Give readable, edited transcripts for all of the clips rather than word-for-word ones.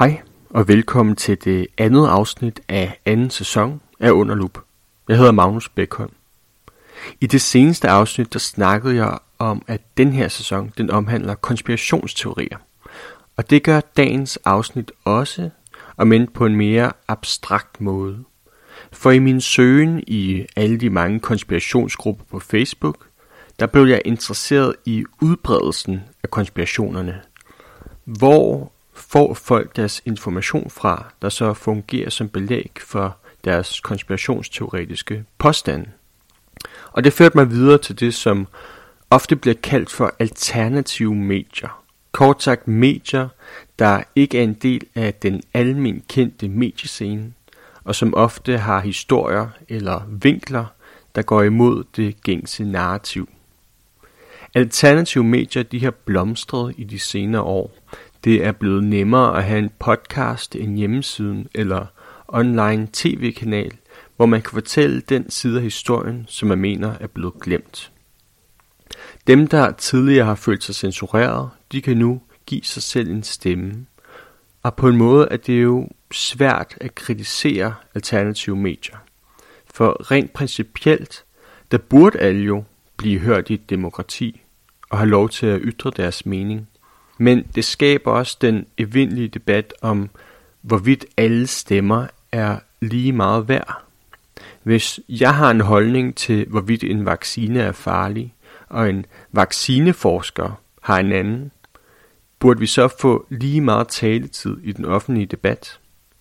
Hej og velkommen til det andet afsnit af anden sæson af Under Lup. Jeg hedder Magnus Bækholm. I det seneste afsnit der snakkede jeg om, at den her sæson den omhandler konspirationsteorier. Og det gør dagens afsnit også, om end på en mere abstrakt måde. For i min søgen i alle de mange konspirationsgrupper på Facebook, der blev jeg interesseret i udbredelsen af konspirationerne. Hvor får folk deres information fra, der så fungerer som belæg for deres konspirationsteoretiske påstande. Og det førte mig videre til det, som ofte bliver kaldt for alternative medier. Kort sagt medier, der ikke er en del af den almen kendte mediescene, og som ofte har historier eller vinkler, der går imod det gængse narrativ. Alternative medier de har blomstret i de senere år. Det er blevet nemmere at have en podcast, en hjemmeside eller online tv-kanal, hvor man kan fortælle den side af historien, som man mener er blevet glemt. Dem, der tidligere har følt sig censureret, de kan nu give sig selv en stemme. Og på en måde er det jo svært at kritisere alternative medier. For rent principielt, der burde alle jo blive hørt i et demokrati og have lov til at ytre deres mening. Men det skaber også den evindelige debat om, hvorvidt alle stemmer er lige meget værd. Hvis jeg har en holdning til, hvorvidt en vaccine er farlig, og en vaccineforsker har en anden, burde vi så få lige meget taletid i den offentlige debat?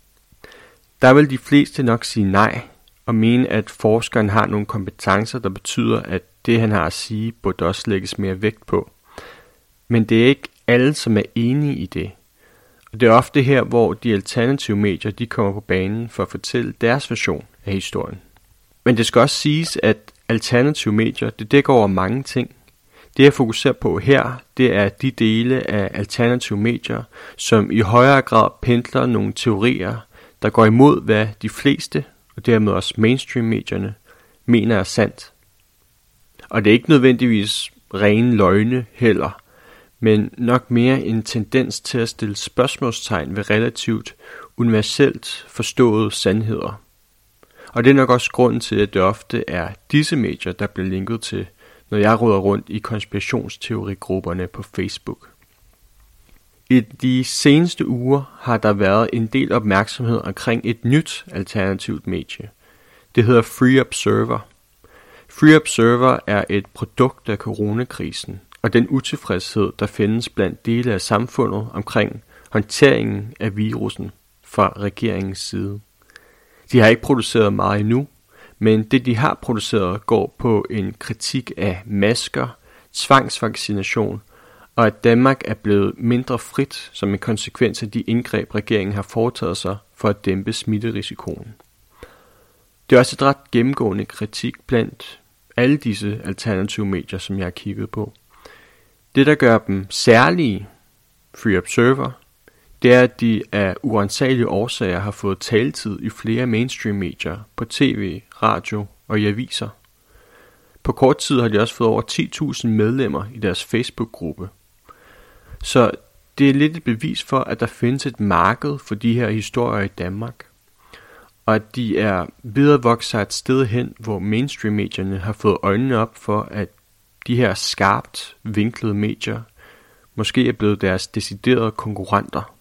Der vil de fleste nok sige nej, og mene, at forskeren har nogle kompetencer, der betyder, at det han har at sige, burde også lægges mere vægt på. Men det er ikke alle, som er enige i det. Og det er ofte her, hvor de alternative medier de kommer på banen for at fortælle deres version af historien. Men det skal også siges, at alternative medier det dækker over mange ting. Det jeg fokuserer på her, det er de dele af alternative medier, som i højere grad pendler nogle teorier, der går imod, hvad de fleste, og dermed også mainstream-medierne, mener er sandt. Og det er ikke nødvendigvis rene løgne heller, men nok mere en tendens til at stille spørgsmålstegn ved relativt universelt forståede sandheder. Og det er nok også grunden til, at det ofte er disse medier, der bliver linket til, når jeg råder rundt i konspirationsteorigrupperne på Facebook. I de seneste uger har der været en del opmærksomhed omkring et nyt alternativt medie. Det hedder Free Observer. Free Observer er et produkt af coronakrisen, og den utilfredshed, der findes blandt dele af samfundet omkring håndteringen af virusen fra regeringens side. De har ikke produceret meget endnu, men det de har produceret går på en kritik af masker, tvangsvaccination og at Danmark er blevet mindre frit som en konsekvens af de indgreb regeringen har foretaget sig for at dæmpe smitterisikoen. Det er også et ret gennemgående kritik blandt alle disse alternative medier, som jeg har kigget på. Det, der gør dem særlige, Free Observer, det er, at de af uansagelige årsager har fået taletid i flere mainstream-medier på tv, radio og i aviser. På kort tid har de også fået over 10.000 medlemmer i deres Facebook-gruppe. Så det er lidt et bevis for, at der findes et marked for de her historier i Danmark. Og at de er ved at vokse sig et sted hen, hvor mainstream-medierne har fået øjnene op for, at de her skarpt vinklede medier måske er blevet deres deciderede konkurrenter.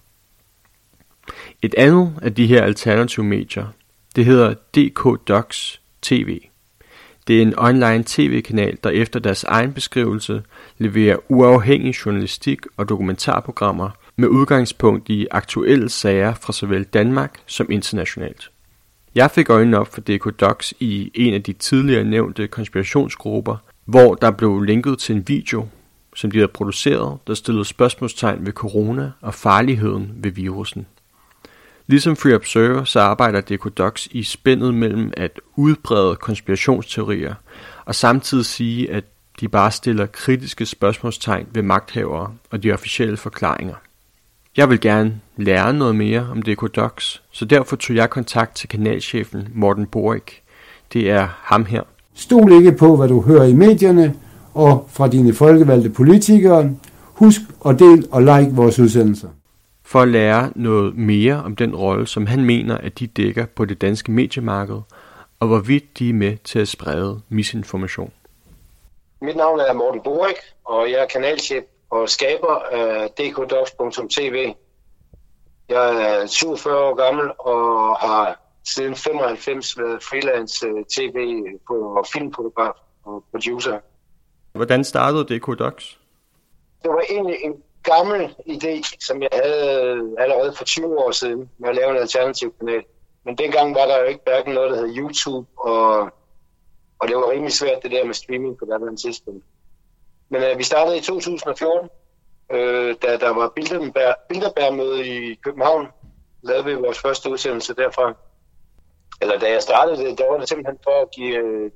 Et andet af de her alternative medier, det hedder DK Docs TV. Det er en online tv-kanal, der efter deres egen beskrivelse leverer uafhængig journalistik og dokumentarprogrammer med udgangspunkt i aktuelle sager fra såvel Danmark som internationalt. Jeg fik øjnene op for DK Docs i en af de tidligere nævnte konspirationsgrupper, hvor der blev linket til en video, som de havde produceret, der stillede spørgsmålstegn ved corona og farligheden ved virusen. Ligesom Free Observer, så arbejder DK Docs i spændet mellem at udbrede konspirationsteorier og samtidig sige, at de bare stiller kritiske spørgsmålstegn ved magthavere og de officielle forklaringer. Jeg vil gerne lære noget mere om DK Docs, så derfor tog jeg kontakt til kanalchefen Morten Borik. Det er ham her. Stol ikke på, hvad du hører i medierne og fra dine folkevalgte politikere. Husk at del og like vores udsendelser. for at lære noget mere om den rolle, som han mener, at de dækker på det danske mediemarked, og hvorvidt de er med til at sprede misinformation. Mit navn er Morten Borik, og jeg er kanalchef og skaber af dkdocs.tv. Jeg er 47 år gammel og har siden 95 været freelance tv og filmfotograf og producer. Hvordan startede DK-Docs? Det var egentlig en gammel idé, som jeg havde allerede for 20 år siden, med at lave en alternativ kanal. Men dengang var der jo ikke hverken noget, der hed YouTube, og det var rimelig svært det der med streaming på det tidspunkt. Men vi startede i 2014, da der var Bilderberg-møde i København, lavede vi vores første udsendelse derfra. Eller da jeg startede det, der var det simpelthen for at give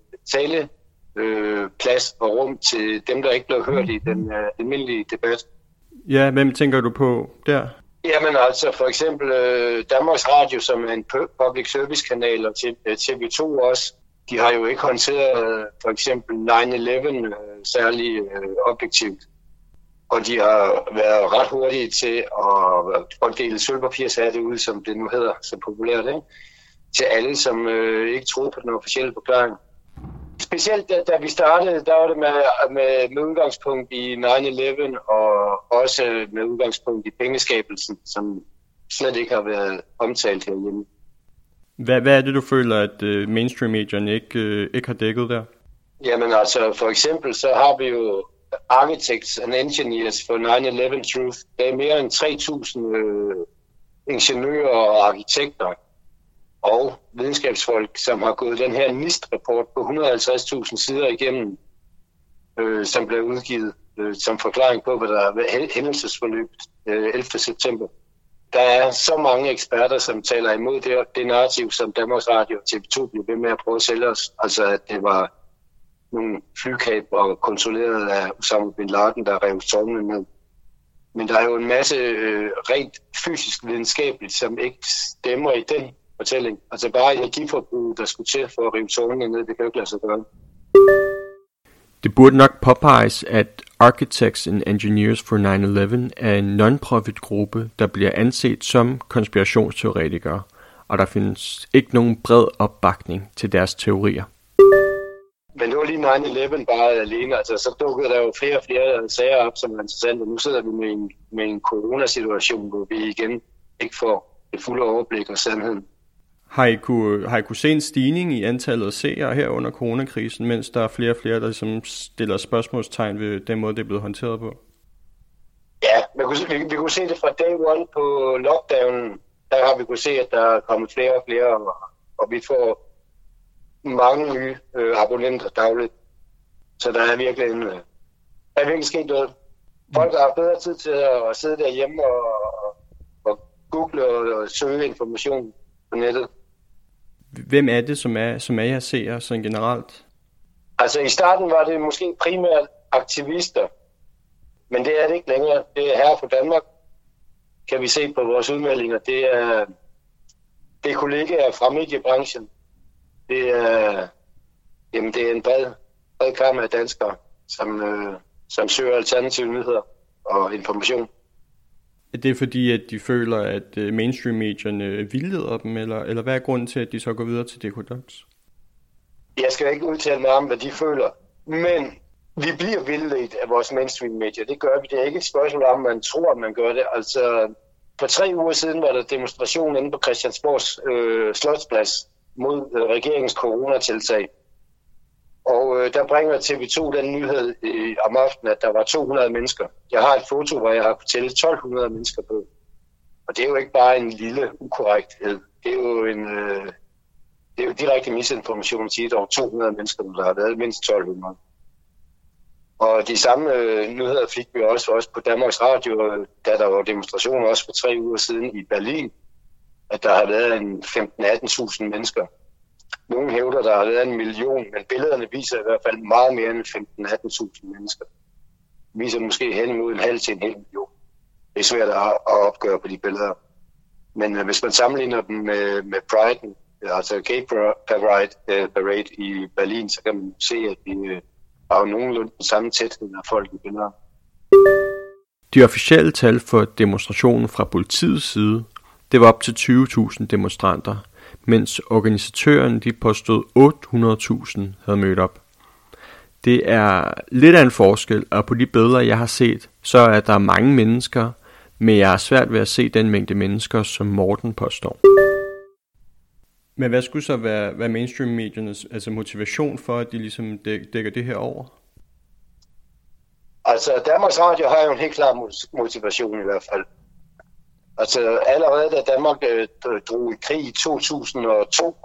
plads og rum til dem, der ikke blev hørt i den almindelige debat. Ja, hvem tænker du på der? Jamen altså for eksempel Danmarks Radio, som er en public service kanal, og TV2 også. De har jo ikke håndteret for eksempel 9/11 særlig objektivt. Og de har været ret hurtige til at dele sølvpapirshatte ud, som det nu hedder, så populært, ikke? Til alle, som ikke troede på den officielle forklaring. Specielt da vi startede, der var det med udgangspunkt i 9/11 og også med udgangspunkt i pengeskabelsen, som slet ikke har været omtalt herhjemme. Hvad er det, du føler, at mainstream-medierne ikke har dækket der? Jamen altså, for eksempel så har vi jo Architects and Engineers for 9/11 Truth. Der er mere end 3.000 ingeniører og arkitekter og videnskabsfolk, som har gået den her NIST-rapport på 150.000 sider igennem, som blev udgivet som forklaring på, hvad der er hændelsesforløbet 11. september. Der er så mange eksperter, som taler imod det narrativ, som Danmarks Radio og TV2 blev ved med at prøve at sælge os. Altså, at det var nogle flykabler kontrolleret af Osama bin Laden, der rev tårnene ned. Men der er jo en masse rent fysisk videnskabeligt, som ikke stemmer i den fortælling. Altså bare energiforbruget, der skulle til for at rive tårnene ned, det kan jo ikke lade sig gøre. Det burde nok påpeges, at Architects and Engineers for 9/11 er en non-profit gruppe, der bliver anset som konspirationsteoretikere, og der findes ikke nogen bred opbakning til deres teorier. Men det var lige 9/11 bare alene, altså så dukkede der jo flere og flere sager op, som er interessante. Nu sidder vi med en coronasituation, hvor vi igen ikke får det fulde overblik og sandheden. Har I kunne se en stigning i antallet af seere her under coronakrisen, mens der er flere og flere, der ligesom stiller spørgsmålstegn ved den måde, det er blevet håndteret på? Ja, vi kunne se det fra day one på lockdownen. Der har vi kunne se, at der er kommet flere og flere, og vi får mange nye abonnenter dagligt. Så der er virkelig sket noget. Folk har bedre tid til at sidde derhjemme og google og søge information på nettet. Hvem er det, som er jeres seere sådan generelt? Altså i starten var det måske primært aktivister, men det er det ikke længere. Det er her fra Danmark, kan vi se på vores udmeldinger. Det er kollegaer fra mediebranchen. Det er en bred kam af danskere, som søger alternative nyheder og information. Er det fordi, at de føler, at mainstream-medierne vildleder dem, eller hvad er grunden til, at de så går videre til DK-Docs? Jeg skal ikke udtale mig om, hvad de føler, men vi bliver vildledt af vores mainstream-medier. Det gør vi. Det er ikke et spørgsmål om, man tror, at man gør det. Altså, for 3 uger siden var der demonstration inde på Christiansborgs Slotsplads mod regeringens coronatiltag. Og der bringer TV2 den nyhed om aftenen, at der var 200 mennesker. Jeg har et foto, hvor jeg har kunnet tælle 1200 mennesker på. Og det er jo ikke bare en lille ukorrekthed. Det er jo direkte misinformation at sige, at der var 200 mennesker, der har været mindst 1200. Og de samme nyheder fik vi også på Danmarks Radio, da der var demonstrationer også for 3 uger siden i Berlin, at der har været en 15-18.000 mennesker. Nogle hævder, der har været 1 million, men billederne viser i hvert fald meget mere end 15-18.000 mennesker. Det viser måske hen imod 1,5 til 1,5 million. Det er svært at opgøre på de billeder. Men hvis man sammenligner dem med Pride, altså Gay Parade i Berlin, så kan man se, at vi har nogenlunde den samme tæthed af folk i billeder. De officielle tal for demonstrationen fra politiets side, det var op til 20.000 demonstranter, mens organisatørerne de påstod 800.000 havde mødt op. Det er lidt af en forskel, og på de billeder jeg har set, så er der mange mennesker, men jeg er svært ved at se den mængde mennesker, som Morten påstår. Men hvad skulle så være mainstream-mediernes altså motivation for, at de ligesom dækker det her over? Altså, Danmarks Radio har jo en helt klar motivation i hvert fald. Altså, allerede da Danmark drog i krig i 2002,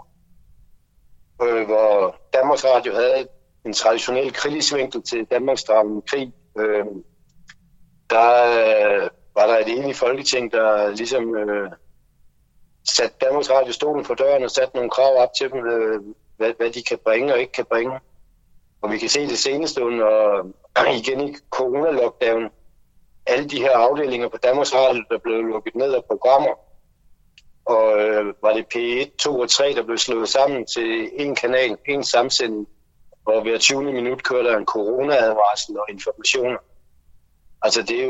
hvor Danmarks Radio havde en traditionel kritisk vinkel til Danmarks dragende krig, der var der et enigt folketing, der ligesom satte Danmarks Radio stolen for døren og satte nogle krav op til dem, hvad de kan bringe og ikke kan bringe. Og vi kan se det seneste under igen i corona-lockdown. Alle de her afdelinger på Danmarks Radio, der blev lukket ned af programmer. Og var det P1, 2 og 3, der blev slået sammen til en kanal, en samsending. Og hver 20. minut kører der en corona-advarsel og informationer. Altså det er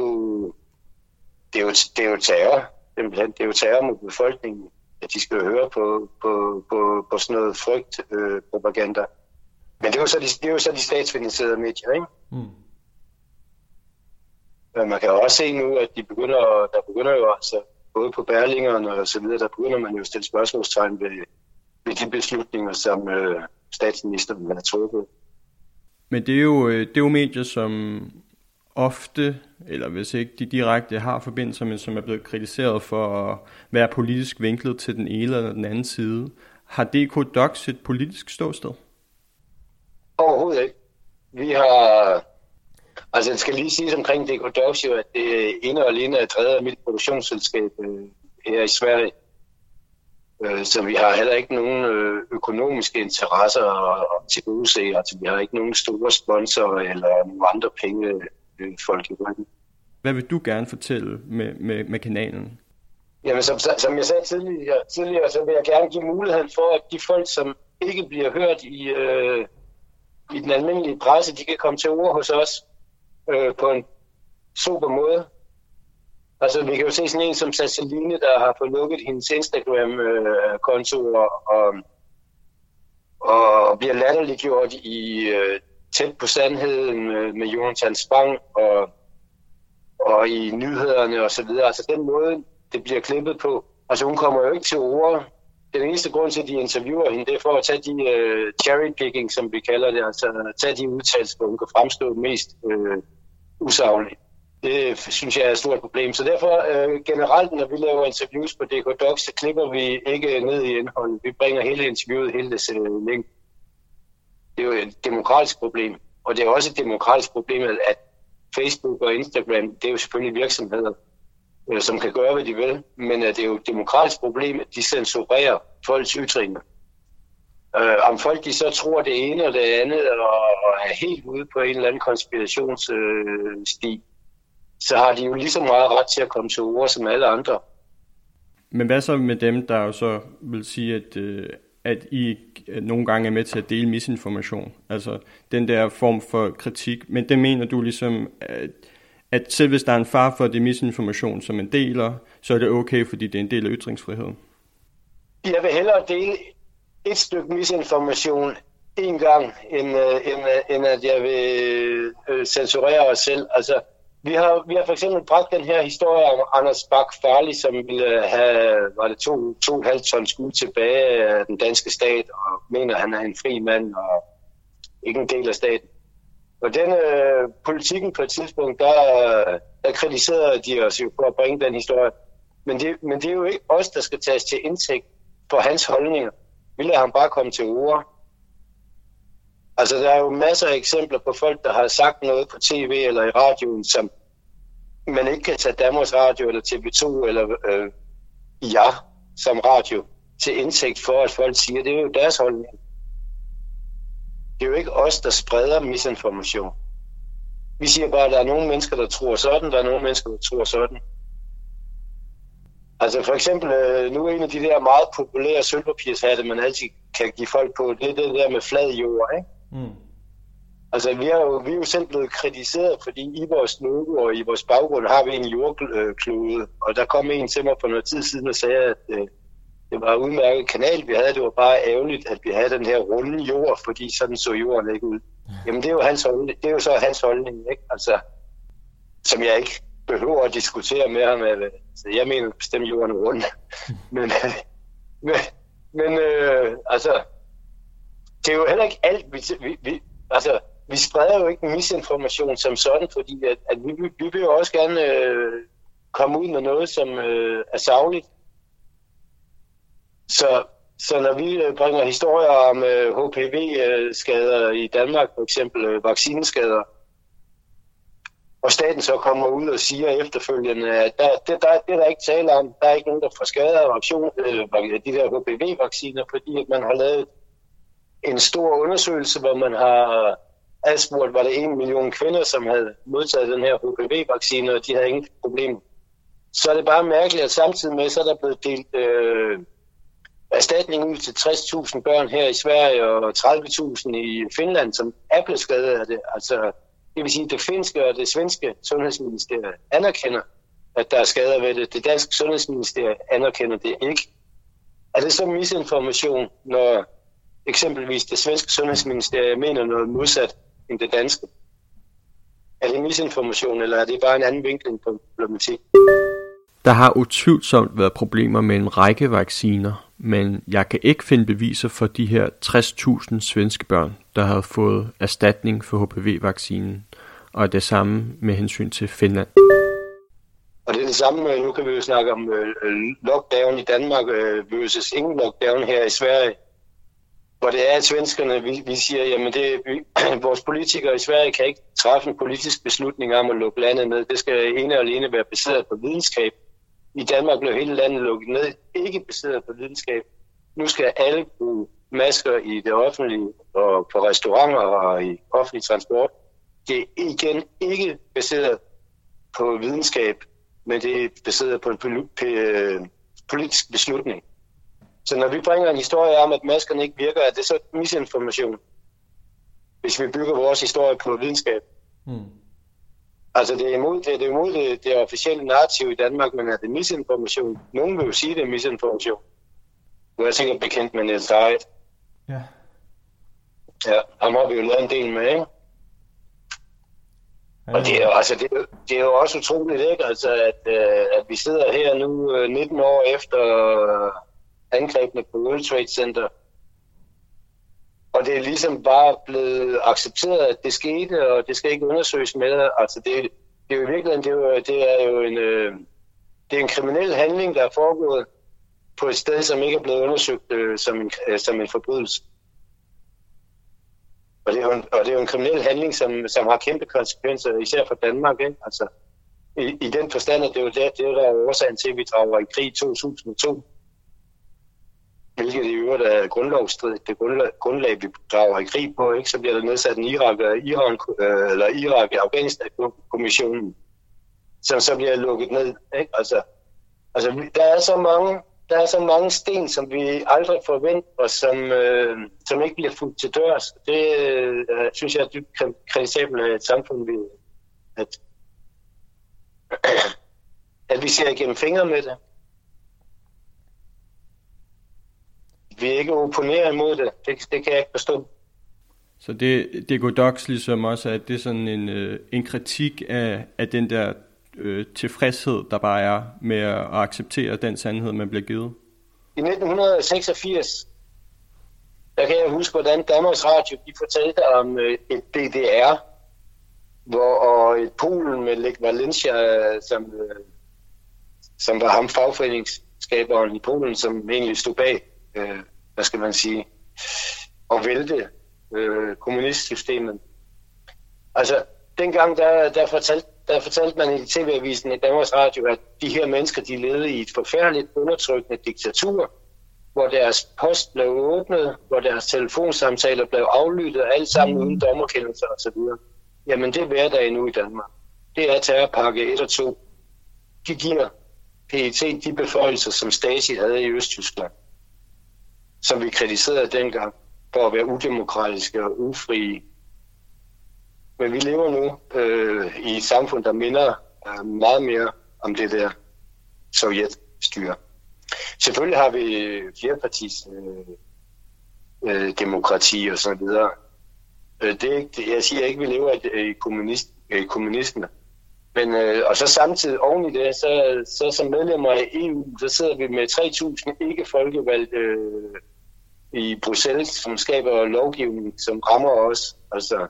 jo terror. Det er jo terror mod befolkningen, at de skal høre på sådan noget frygtpropaganda. Men det er jo så de statsfinansierede medier, ikke? Men man kan jo også se nu, at der begynder jo altså, både på Berlingerne og så videre, der begynder man jo at stille spørgsmålstegn ved de beslutninger, som statsministeren har truffet. Men det er jo medier, som ofte, eller hvis ikke de direkte har forbindelser, men som er blevet kritiseret for at være politisk vinklet til den ene eller den anden side. Har DK Docs et politisk ståsted? Overhovedet ikke. Vi har... Altså, det skal lige sige omkring DK Docs jo, at det ene og alene er drevet af mit produktionsselskab her i Sverige. Så vi har heller ikke nogen økonomiske interesser at tilgodese. Altså, vi har ikke nogen store sponsorer eller nogle andre penge folk i ryggen. Hvad vil du gerne fortælle med kanalen? Jamen, som jeg sagde tidligere, så vil jeg gerne give muligheden for, at de folk, som ikke bliver hørt i den almindelige presse, de kan komme til ord hos os på en super måde. Altså, vi kan jo se sådan en som Sasseline, der har fået lukket hendes Instagram-konto og bliver latterliggjort i tæt på sandheden med Jonathan Spang og i nyhederne og så videre. Altså, den måde, det bliver klippet på. Altså, hun kommer jo ikke til ord. Den eneste grund til, at de interviewer hende, det er for at tage de cherry-picking, som vi kalder det. Altså, tage de udtalelser, hvor hun kan fremstå mest usagligt. Det synes jeg er et stort problem. Så derfor generelt, når vi laver interviews på DK Docs, så klipper vi ikke ned i indholdet. Vi bringer hele interviewet, hele det link. Det er jo et demokratisk problem. Og det er også et demokratisk problem, at Facebook og Instagram, det er jo selvfølgelig virksomheder, som kan gøre, hvad de vil. Men det er jo et demokratisk problem, at de censurerer folks ytringer. Om folk de så tror det ene og det andet, og er helt ude på en eller anden konspirationssti, så har de jo lige så meget ret til at komme til ord som alle andre. Men hvad så med dem, der jo så vil sige, at I nogle gange er med til at dele misinformation? Altså den der form for kritik. Men det mener du ligesom, at selv hvis der er en far for det misinformation, som man deler, så er det okay, fordi det er en del af ytringsfriheden? Jeg vil hellere dele et stykke misinformation en gang, end at jeg vil censurere os selv. Altså, vi har for eksempel bragt den her historie om Anders Bak Farli, som ville have, var det 2,5 tons guld tilbage af den danske stat, og mener, at han er en fri mand og ikke en del af staten. Og den politikken på et tidspunkt, der kritiserede de os jo for at bringe den historie. Men det er jo ikke os, der skal tages til indtægt for hans holdninger. Vi lader ham bare komme til ord. Altså, der er jo masser af eksempler på folk, der har sagt noget på tv eller i radioen, som man ikke kan tage Danmarks Radio eller TV2 eller som radio til indtægt for, at folk siger, det er jo deres holdning. Det er jo ikke os, der spreder misinformation. Vi siger bare, at der er nogle mennesker, der tror sådan, der er nogle mennesker, der tror sådan. Altså for eksempel, nu er en af de der meget populære sølvpapirshatte, man altid kan give folk på, det er det der med flad jord, ikke? Altså, vi er jo selv blevet kritiseret, fordi i vores logo og i vores baggrund har vi en jordklode, og der kom en til mig for noget tid siden og sagde, at det var en udmærket kanal, vi havde. Det var bare ærgerligt, at vi havde den her runde jord, fordi sådan så jorden ikke ud. Jamen, det er jo hans holdning. Det er jo så hans holdning, ikke? Altså, som jeg ikke behøver at diskutere med ham. Altså, jeg mener bestemt jorden er rund. men altså, det er jo heller ikke alt, vi spreder jo ikke misinformation som sådan, fordi at vi vil jo også gerne komme ud med noget, som er sagligt. Så når vi bringer historier om HPV-skader i Danmark, for eksempel vaccineskader, og staten så kommer ud og siger efterfølgende, at det er der ikke tale om, der er ikke nogen, der får skader af de der HPV-vacciner, fordi at man har lavet en stor undersøgelse, hvor man har adspurgt, var det 1 million kvinder, som havde modtaget den her HPV-vaccine, og de havde ingen problemer. Så er det bare mærkeligt, at samtidig med, så er der blevet delt erstatning ud til 60.000 børn her i Sverige og 30.000 i Finland, som er blevet skadet af det. Altså, det vil sige, at det finske og det svenske sundhedsministerium anerkender, at der er skader ved det. Det danske sundhedsministerium anerkender det ikke. Er det så misinformation, når eksempelvis det svenske sundhedsministerium mener noget modsat end det danske? Er det misinformation, eller er det bare en anden vinkling på problematik? Der har utvivlsomt været problemer med en række vacciner, men jeg kan ikke finde beviser for de her 60.000 svenske børn, der havde fået erstatning for HPV-vaccinen, og det samme med hensyn til Finland. Og det er det samme, nu kan vi jo snakke om lockdown i Danmark versus ingen lockdown her i Sverige, hvor det er, at svenskerne, vi siger, jamen vores politikere i Sverige kan ikke træffe en politisk beslutning om at lukke landet ned. Det skal ene og alene være baseret på videnskab. I Danmark blev hele landet lukket ned, ikke baseret på videnskab. Nu skal alle bruge masker i det offentlige og på restauranter og i offentlig transport. Det er igen ikke baseret på videnskab, men det er baseret på en politisk beslutning. Så når vi bringer en historie om, at maskerne ikke virker, er det så misinformation, hvis vi bygger vores historie på videnskab. Altså det er imod det officielle narrativ i Danmark, men er det misinformation? Nogen vil jo sige, det er misinformation. Nu er jeg sikkert bekendt med Niels Harrit. Ja. Ja, ham har vi jo lavet en del med, ikke? Og det er jo også utroligt, ikke? Altså, at vi sidder her nu 19 år efter angrebene på World Trade Center. Og det er ligesom bare blevet accepteret, at det skete, og det skal ikke undersøges med. Altså, det er jo i virkeligheden, det er en kriminel handling, der er foregået på et sted, som ikke er blevet undersøgt som en forbrydelse. Og det er jo en kriminel handling, som har kæmpe konsekvenser, især for Danmark, ikke? Altså, i den forstand, at det er jo der er årsagen til, at vi drager i krig i 2002. Hvilket i øvrigt er grundlovsstridigt. Det grundlag, vi drager i krig på, ikke? Så bliver der nedsat en Irak-Afghanistan-kommissionen, som så bliver lukket ned, ikke? Altså, der er så mange sten, som vi aldrig forventer, og som ikke bliver fuldt til dørs. Det synes jeg er dybt kritisabelt af et samfund, at vi ser igennem fingre med det. Vi ikke opponerer imod det. Det kan jeg ikke forstå. Så det Godox ligesom også, at det er sådan en kritik af den der tilfredshed, der bare er med at acceptere den sandhed, man bliver givet? I 1986, der kan jeg huske, hvordan Danmarks Radio de fortalte om et DDR, og et Polen med Lech Walesa, som var ham fagforeningsskaberen i Polen, som egentlig stod bag, hvad skal man sige, og vælte kommunistsystemet. Altså, dengang der fortalte man i TV-avisen i Danmarks Radio, at de her mennesker, de levede i et forfærdeligt undertrykkende diktatur, hvor deres post blev åbnet, hvor deres telefonsamtaler blev aflyttet, alt sammen uden dommerkendelser osv. Jamen, det er hverdag nu i Danmark. Det er terrorpakke 1 og 2. De giver PET de beføjelser, som Stasi havde i Østtyskland, som vi kritiserede dengang for at være udemokratiske og ufrie. Men vi lever nu i et samfund, der minder meget mere om det der sovjetstyre. Selvfølgelig har vi flerpartis demokrati og så videre. Jeg siger ikke, at vi lever i kommunisme. Men, og så samtidig oven i det, så som medlemmer af EU, så sidder vi med 3.000 ikke-folkevalgte i Bruxelles, som skaber lovgivning, som rammer os. Altså,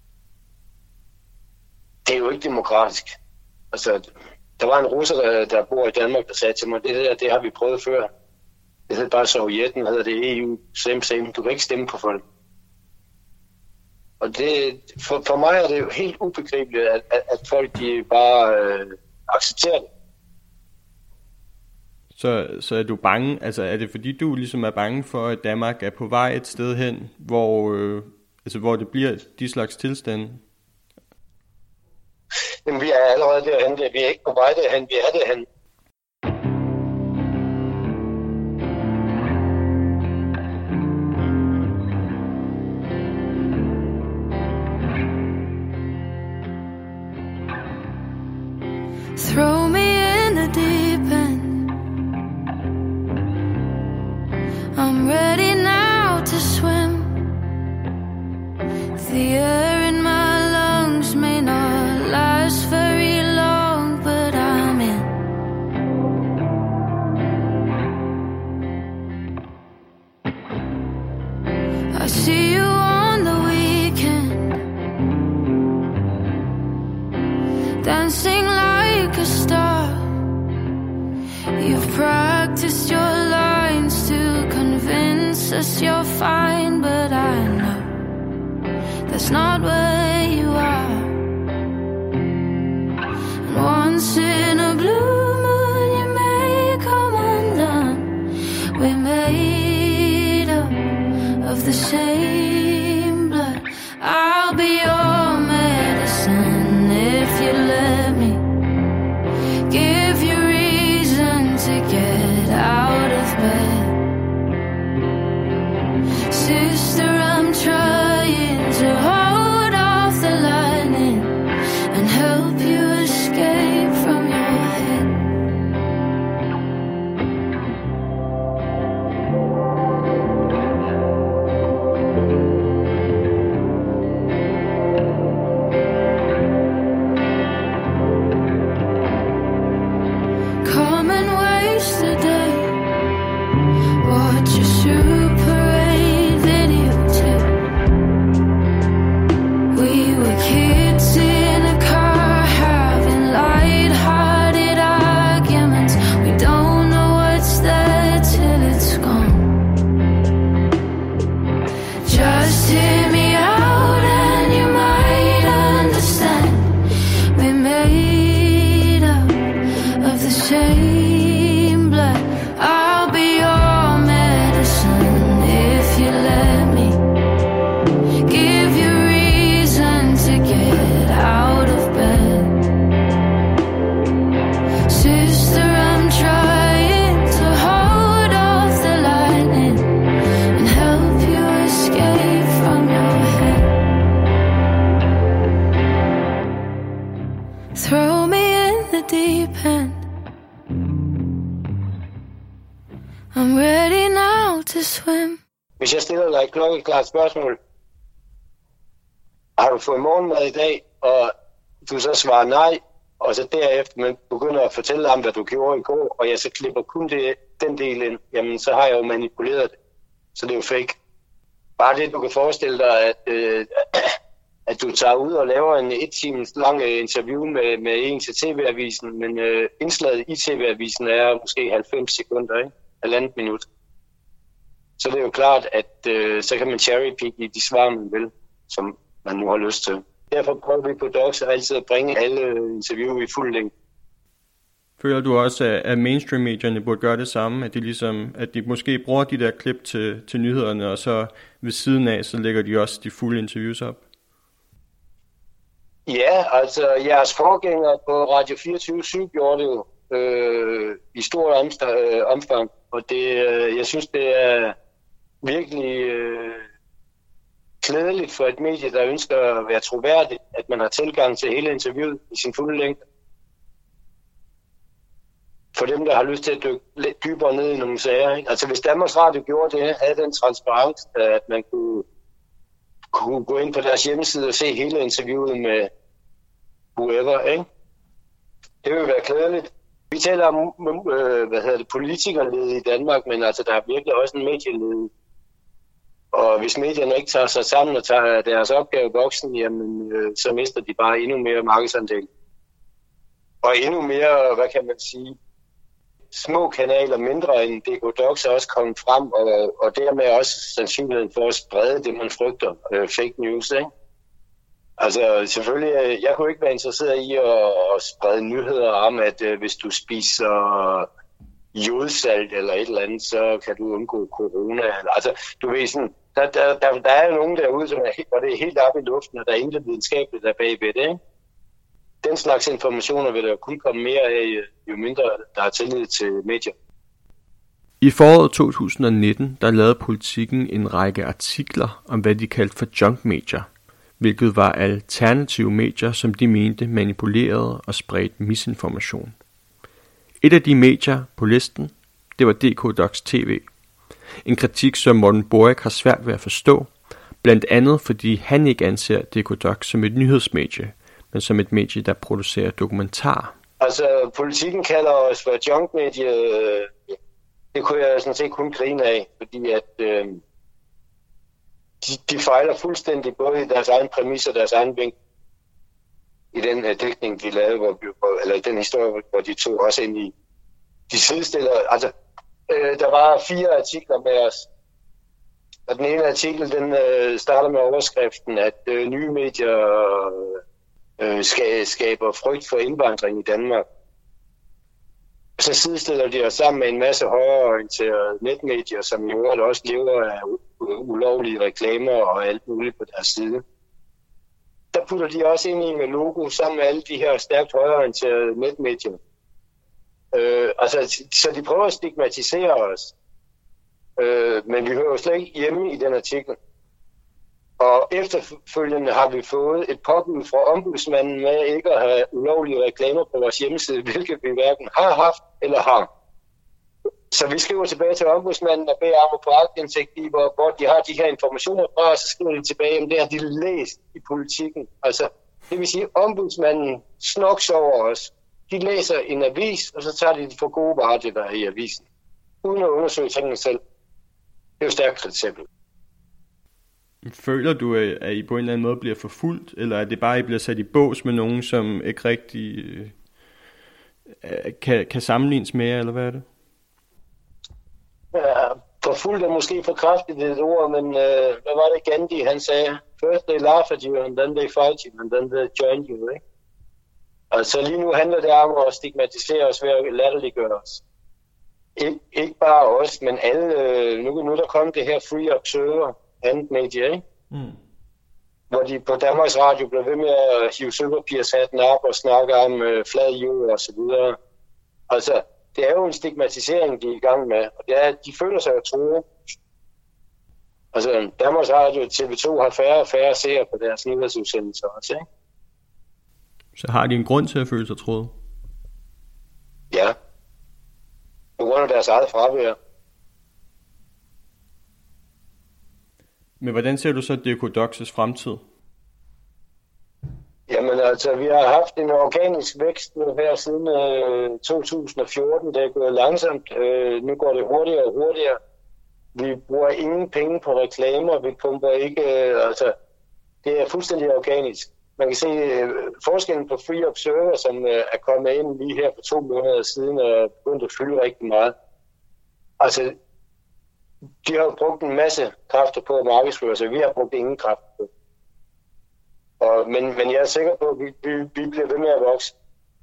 det er jo ikke demokratisk. Altså, der var en russer, der bor i Danmark, der sagde til mig, det har vi prøvet før. Det hedder bare Sovjetten, hedder det EU, same. Du kan ikke stemme på folk. Og det, for mig er det jo helt ubegribeligt, at folk de bare accepterer det. Så er du bange, altså er det fordi du ligesom er bange for, at Danmark er på vej et sted hen, hvor det bliver de slags tilstande? Jamen vi er allerede derhen, vi er ikke på vej derhen, vi er derhen. Throw me in the deep end. I'm ready now to swim. The air in my lungs may not last very long, but I'm in. I see you on the weekend, dancing like a star. You've practiced your lines to convince us you're fine, but I know that's not where you are. And once in a blue moon you may come undone. We're made up of the same blood. I'll be your medicine if you let me. Give you reason to get out of bed. Sister, I'm trying to hold off the lightning and help you escape from your head. Come and waste the day. Watch a Super 8 videotape. We were kids in a car having light-hearted arguments. We don't know what's there till it's gone. Just hear me out and you might understand. We're made up of the same blood. I'll be your medicine if you let me. Give you reason to get out of bed. Sister, I'm trying to hold off the lightning and help you escape from your head. Throw me in the deep end. I'm ready now to swim. Hvis jeg stiller dig et klokkeklart spørgsmål, har du fået morgenmad i dag, og du så svarer nej, og så derefter man begynder at fortælle om, hvad du gjorde i går, og jeg så klipper kun den del ind, jamen så har jeg jo manipuleret det. Så det er jo fake. Bare det, du kan forestille dig, at du tager ud og laver en 1 times lang interview med en til TV-avisen, men indslaget i TV-avisen er måske 90 sekunder, ikke? 1,5 minut. Så det er jo klart, at så kan man cherrypick i de svar, man vil, som man nu har lyst til. Derfor prøver vi på Docs altid at bringe alle interview i fuld længde. Føler du også, at mainstream-medierne burde gøre det samme? At de måske bruger de der klip til nyhederne, og så ved siden af, så lægger de også de fulde interviews op? Ja, altså jeres forgængere på Radio 24/7 gjorde det jo i stort omfang. Og det, jeg synes, det er virkelig klædeligt for et medie, der ønsker at være troværdigt, at man har tilgang til hele interviewet i sin fulde længde. For dem, der har lyst til at dykke lidt dybere ned i nogle sager. Ikke? Altså hvis Danmarks Radio gjorde det, havde den transparens, at man kunne gå ind på deres hjemmeside og se hele interviewet med whoever, ikke? Det vil være klædeligt. Vi taler om politikerlede i Danmark, men altså der er virkelig også en medielede. Og hvis medierne ikke tager sig sammen og tager deres opgave i boksen, jamen, så mister de bare endnu mere markedsandel. Og endnu mere, hvad kan man sige, små kanaler, mindre end DK Docs, er også kommet frem, og dermed også sandsynligheden for at sprede det, man frygter, fake news, ikke? Altså selvfølgelig, jeg kunne ikke være interesseret i at sprede nyheder om, at hvis du spiser jodsalt eller et eller andet, så kan du undgå corona. Altså, du ved sådan, der er jo nogen derude, som og det er helt oppe i luften, og der er intet videnskabeligt der bagved det, ikke? Den slags informationer vil der kun komme mere af, jo mindre der er tillid til medier. I foråret 2019, der lavede Politiken en række artikler om, hvad de kaldte for junk-medier, hvilket var alternative medier, som de mente manipulerede og spredte misinformation. Et af de medier på listen, det var DK Docs TV. En kritik, som Morten Borg har svært ved at forstå, blandt andet fordi han ikke anser DK Docs som et nyhedsmedie, men som et medie, der producerer dokumentarer. Altså, Politiken kalder os for junkmedie. Det kunne jeg sådan set kun grine af, fordi at de fejler fuldstændig både i deres egen præmis og deres egen vinkel. I den her dækning, de lavede, eller den historie, hvor de tog også ind i de sidestiller. Altså, der var 4 artikler med os. Og den ene artikel, den starter med overskriften, at nye medier skaber frygt for indvandring i Danmark. Så sidestiller de os sammen med en masse højreorienterede netmedier, som i øvrigt også lever af ulovlige reklamer og alt muligt på deres side. Der putter de også ind i med logo sammen med alle de her stærkt højreorienterede netmedier. Så de prøver at stigmatisere os. Men vi hører jo slet ikke hjemme i den artikel. Og efterfølgende har vi fået et påbud fra ombudsmanden med ikke at have ulovlige reklamer på vores hjemmeside, hvilket vi hverken har haft eller har. Så vi skriver tilbage til ombudsmanden og beder om at få aktindsigt i, hvor de har de her informationer fra, og så skriver de tilbage, om det har de læst i Politiken. Altså, det vil sige, ombudsmanden snoks over os. De læser en avis, og så tager de for gode varer, det der er i avisen. Uden at undersøge tingene selv. Det er jo stærkt kritisabelt. Føler du, at I på en eller anden måde bliver forfulgt, eller er det bare, at I bliver sat i bås med nogen, som ikke rigtig kan sammenlignes med jer, eller hvad er det? Ja, forfulgt er måske for kraftigt et ord, men hvad var det Gandhi, han sagde? First they laugh at you, and then they fight you, and then they join you, ikke? Altså lige nu handler det om at stigmatisere os ved at latterliggøre os. Ikke bare os, men alle. Nu der kom det her Free Observer, andet medie, ikke? Mm. Hvor de på Danmarks Radio blev ved med at hive sølvpapirshatten op og snakke om flad jord og så videre. Altså, det er jo en stigmatisering, de er i gang med, og det er, at de føler sig at tro. Altså, Danmarks Radio og TV2 har færre og færre seere på deres nyhedsudsendelser også, ikke? Så har de en grund til at føle sig troet? Ja. På grund af deres eget fravær. Men hvordan ser du så DK Docs' fremtid? Jamen altså, vi har haft en organisk vækst nu her siden 2014. Det er gået langsomt. Nu går det hurtigere og hurtigere. Vi bruger ingen penge på reklamer. Vi pumper ikke... det er fuldstændig organisk. Man kan se forskellen på Free Observer, som er kommet ind lige her for 2 måneder siden og begyndt at fylde rigtig meget. Altså, de har brugt en masse kræfter på at markedsføre sig. Vi har brugt ingen kræfter på. Men jeg er sikker på, at vi bliver ved med at vokse.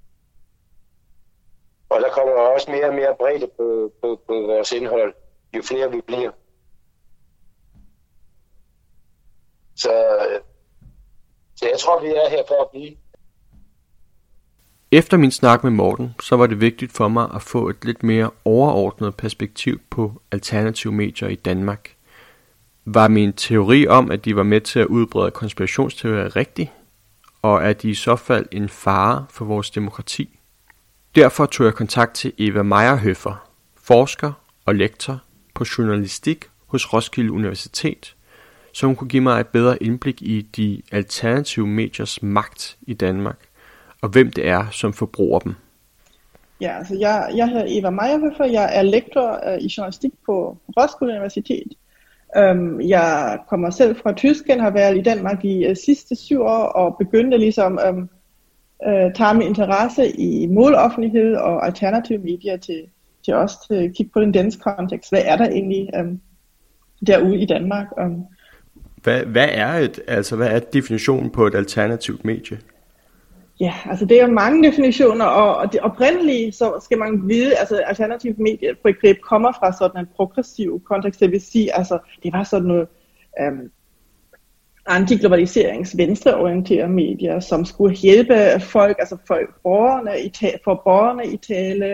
Og der kommer også mere og mere bredde på vores indhold, jo flere vi bliver. Så jeg tror, vi er her for at blive. Efter min snak med Morten, så var det vigtigt for mig at få et lidt mere overordnet perspektiv på alternative medier i Danmark. Var min teori om, at de var med til at udbrede konspirationsteorier rigtig? Og er de i så fald en fare for vores demokrati? Derfor tog jeg kontakt til Eva Meyerhöfer, forsker og lektor på journalistik hos Roskilde Universitet, så hun kunne give mig et bedre indblik i de alternative mediers magt i Danmark, og hvem det er, som forbruger dem. Ja, altså jeg hedder Eva Meyerhöfer, jeg er lektor i journalistik på Roskilde Universitet. Jeg kommer selv fra Tyskland, har været i Danmark de sidste 7 år og begyndte ligesom tage min interesse i måloffentlighed og alternative medier til også til at kigge på den danske kontekst. Hvad er der egentlig derude i Danmark? Hvad er definitionen på et alternativt medie? Ja, altså det er mange definitioner, og det oprindelige, så skal man vide, altså alternativt mediebegreb kommer fra sådan en progressiv kontekst, det vil sige, altså det var sådan noget antiglobaliserings venstreorienterede medier, som skulle hjælpe folk, altså få borgerne i tale,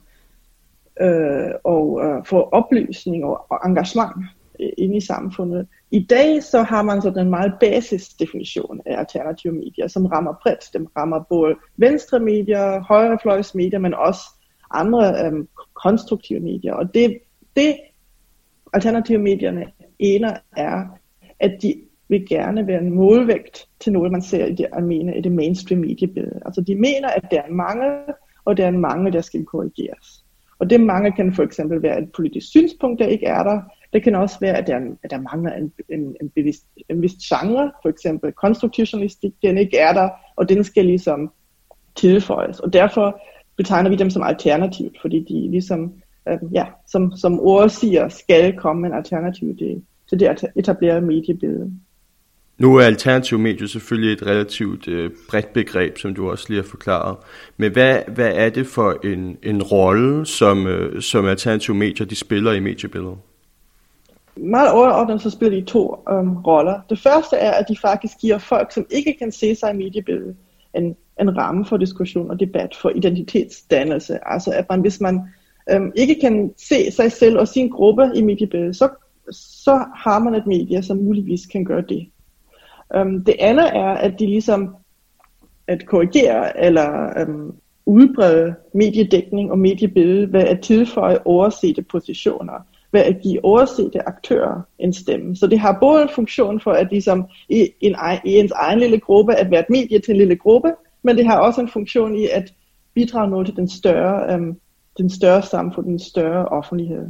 og få oplysning og engagement inde i samfundet. I dag så har man sådan en meget basisdefinition af alternative medier, som rammer bredt. Dem rammer både venstre medier, højrefløjsmedier, men også andre konstruktive medier. Og det alternative medierne ener er, at de vil gerne være en målvægt til noget, man ser i det mainstream mediebillede. Altså de mener, at der er en mangel, og der er en mangel, der skal korrigeres. Og det mangel kan for eksempel være et politisk synspunkt, der ikke er der. Det kan også være, at der mangler en vis genre, for eksempel konstruktiv journalistik, den ikke er der, og den skal ligesom tilføjes. Og derfor betegner vi dem som alternativt, fordi de ligesom, som ordet siger, skal komme en alternativ til det etablerede mediebillede. Nu er alternativ medier selvfølgelig et relativt bredt begreb, som du også lige har forklaret. Men hvad er det for en rolle, som alternative medier de spiller i mediebilledet? Meget overordnet så spiller de 2 roller. Det første er, at de faktisk giver folk, som ikke kan se sig i mediebilledet, en ramme for diskussion og debat, for identitetsdannelse. Altså at hvis man ikke kan se sig selv og sin gruppe i mediebilledet, så har man et medie, som muligvis kan gøre det. Det andet er, at de ligesom at korrigere eller udbrede mediedækning og mediebillede ved at tilføje oversete positioner, ved at give oversete aktører en stemme. Så det har både en funktion for at ligesom i ens egen lille gruppe at være et medie til en lille gruppe, men det har også en funktion i at bidrage noget til den større samfund, den større offentlighed.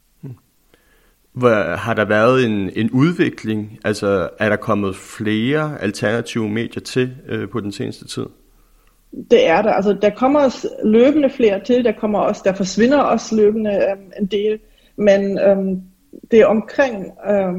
Har der været en udvikling? Altså er der kommet flere alternative medier til på den seneste tid? Det er der. Altså der kommer løbende flere til. Der forsvinder også løbende en del. Men det er omkring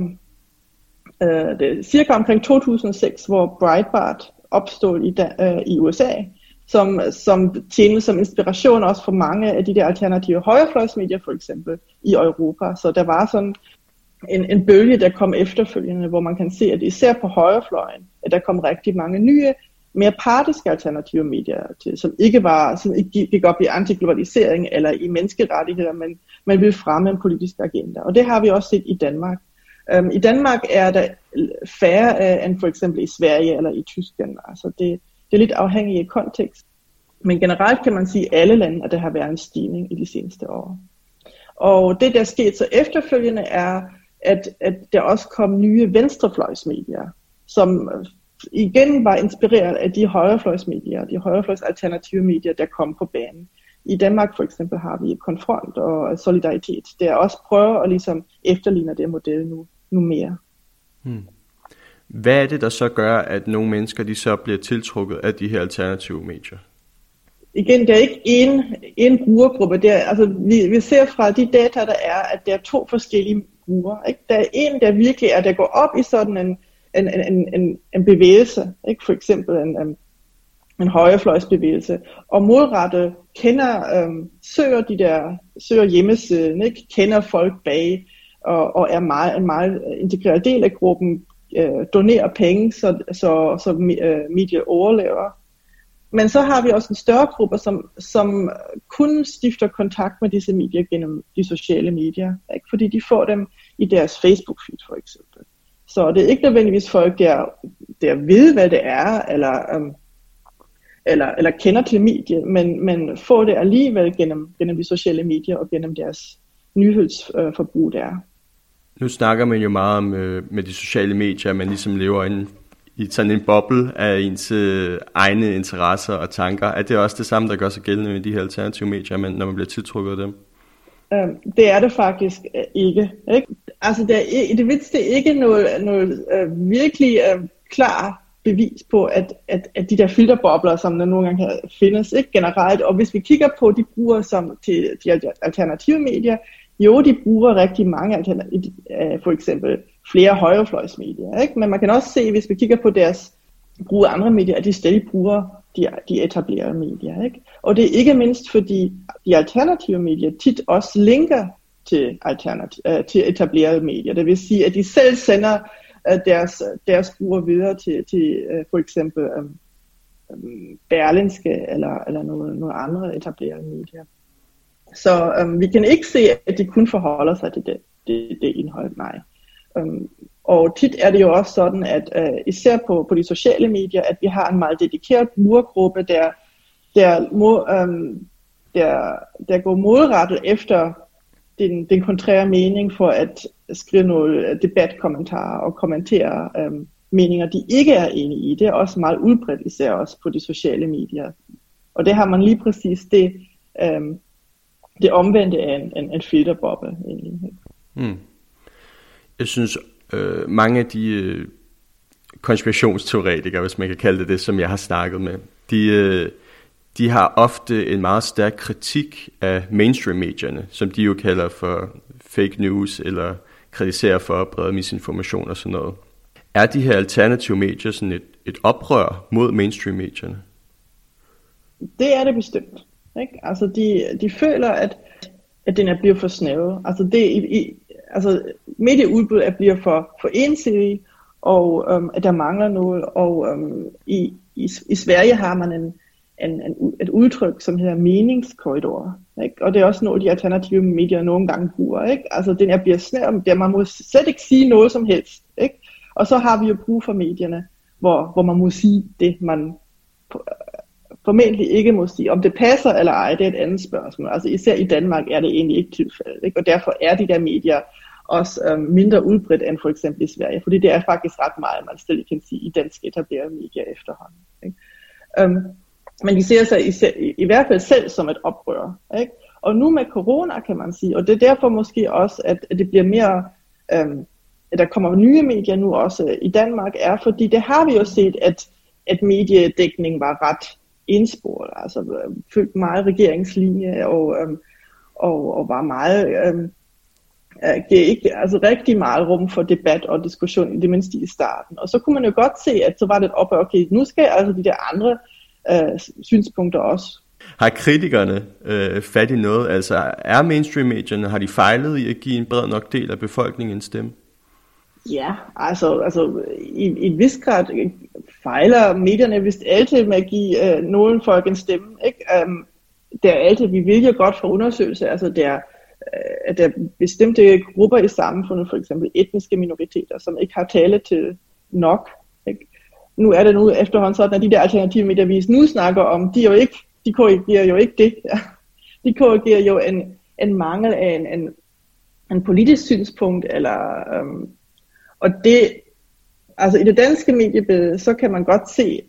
cirka omkring 2006, hvor Breitbart opstod i USA, som tjente som inspiration også for mange af de der alternative højrefløjsmedier for eksempel i Europa. Så der var sådan en bølge, der kom efterfølgende, hvor man kan se, at især på højrefløjen, at der kom rigtig mange nye, mere partiske alternative medier til, som ikke gik op i antiglobalisering eller i menneskerettigheder, men ville fremme en politisk agenda. Og det har vi også set i Danmark. I Danmark er der færre end for eksempel i Sverige eller i Tyskland. Altså det er lidt afhængigt af kontekst. Men generelt kan man sige, at alle lande, at der har været en stigning i de seneste år. Og det, der er sket så efterfølgende, er, at der også kom nye venstrefløjsmedier, som igen var inspireret af de højrefløjsmedier, de højrefløjsalternative medier, der kom på banen. I Danmark for eksempel har vi Konfront og Solidaritet, der også prøver at ligesom efterligne det model nu mere. Hvad er det, der så gør, at nogle mennesker de så bliver tiltrukket af de her alternative medier? Igen, der er ikke en brugergruppe. Vi ser fra de data, der er, at der er 2 forskellige brugere. Ikke? Der er en, der virkelig der går op i sådan en bevægelse, ikke? For eksempel en højrefløjsbevægelse, og målrettet søger hjemmesiden, ikke? Kender folk bag, og er en meget integreret del af gruppen, donerer penge, så mediet overlever. Men så har vi også en større gruppe, som kun stifter kontakt med disse medier gennem de sociale medier, ikke? Fordi de får dem i deres Facebook-feed for eksempel. Så det er ikke nødvendigvis folk, der ved, hvad det er, eller kender til mediet, men får det alligevel gennem de sociale medier og gennem deres nyhedsforbrug der. Nu snakker man jo meget om med de sociale medier, at man ligesom lever i sådan en boble af ens egne interesser og tanker. Er det også det samme, der gør sig gældende med de her alternative medier, når man bliver tiltrukket af dem? Det er det faktisk ikke. Altså det mindste ikke noget virkelig klar bevis på, at de der filterbobler, som der nogle gange findes, ikke generelt. Og hvis vi kigger på de brugere som til de alternative medier, jo, de bruger rigtig mange for eksempel flere højrefløjsmedier, ikke? Men man kan også se, hvis vi kigger på deres brug af andre medier, at de stadig bruger de etablerede medier, ikke? Og det er ikke mindst fordi de alternative medier tit også linker til etablerede medier. Det vil sige, at de selv sender deres brugere videre til for eksempel Berlingske eller nogle andre etablerede medier. Så vi kan ikke se, at de kun forholder sig til det indhold, nej. Og tit er det jo også sådan, at især på de sociale medier, at vi har en meget dedikeret brugergruppe, der går målrettet efter den kontrære mening for at skrive nogle debatkommentarer og kommentere meninger, de ikke er enige i. Det er også meget udbredt, især også på de sociale medier. Og det har man lige præcis det omvendte af en filterboble egentlig. Jeg synes mange af de konspirationsteoretikere, hvis man kan kalde det, som jeg har snakket med, de har ofte en meget stærk kritik af mainstream-medierne, som de jo kalder for fake news, eller kritiserer for at brede misinformation og sådan noget. Er de her alternative medier sådan et oprør mod mainstream-medierne? Det er det bestemt. Ikke? Altså de føler, at den er blevet for snæver. Altså medieudbud bliver for ensidig, og at der mangler noget. Og i Sverige har man et udtryk, som hedder meningskorridor. Ikke? Og det er også noget, de alternative medier nogle gange bruger. Ikke? Altså den bliver snæver, der man må slet ikke sige noget som helst. Ikke? Og så har vi jo brug for medierne, hvor man må sige det, man formentlig ikke må sige. Om det passer eller ej, det er et andet spørgsmål. Altså især i Danmark er det egentlig ikke tilfældet. Ikke? Og derfor er de der medier også mindre udbredt end for eksempel i Sverige. Fordi det er faktisk ret meget, man stadig kan sige, i danske etablerede medier efterhånden. Ikke? Men de ser sig i hvert fald selv som et oprør. Ikke? Og nu med corona, kan man sige, og det er derfor måske også, at det bliver mere, at der kommer nye medier nu også i Danmark, er fordi det har vi jo set, at mediedækning var ret indspurgt, altså følte meget regeringslinje og var meget gav ikke altså rigtig meget rum for debat og diskussion, i det mindste i starten. Og så kunne man jo godt se, at så var det et oprør, okay, nu skal altså de der andre synspunkter også. Har kritikerne fat i noget? Altså er mainstream-medierne, har de fejlet i at give en bred nok del af befolkningen en stemme? Ja, altså i et vis grad fejler medierne vist altid med at give nogle folk en stemme. Ikke? Der er altid, vi vil jo godt for undersøgelse, altså der er bestemte grupper i samfundet, for eksempel etniske minoriteter, som ikke har tale til nok. Ikke? Nu er det nu efterhånden sådan, at de der alternative medier, vi nu snakker om, de korrigerer jo ikke det. De korrigerer jo en mangel af en politisk synspunkt, eller og det, altså i det danske mediebillede, så kan man godt se,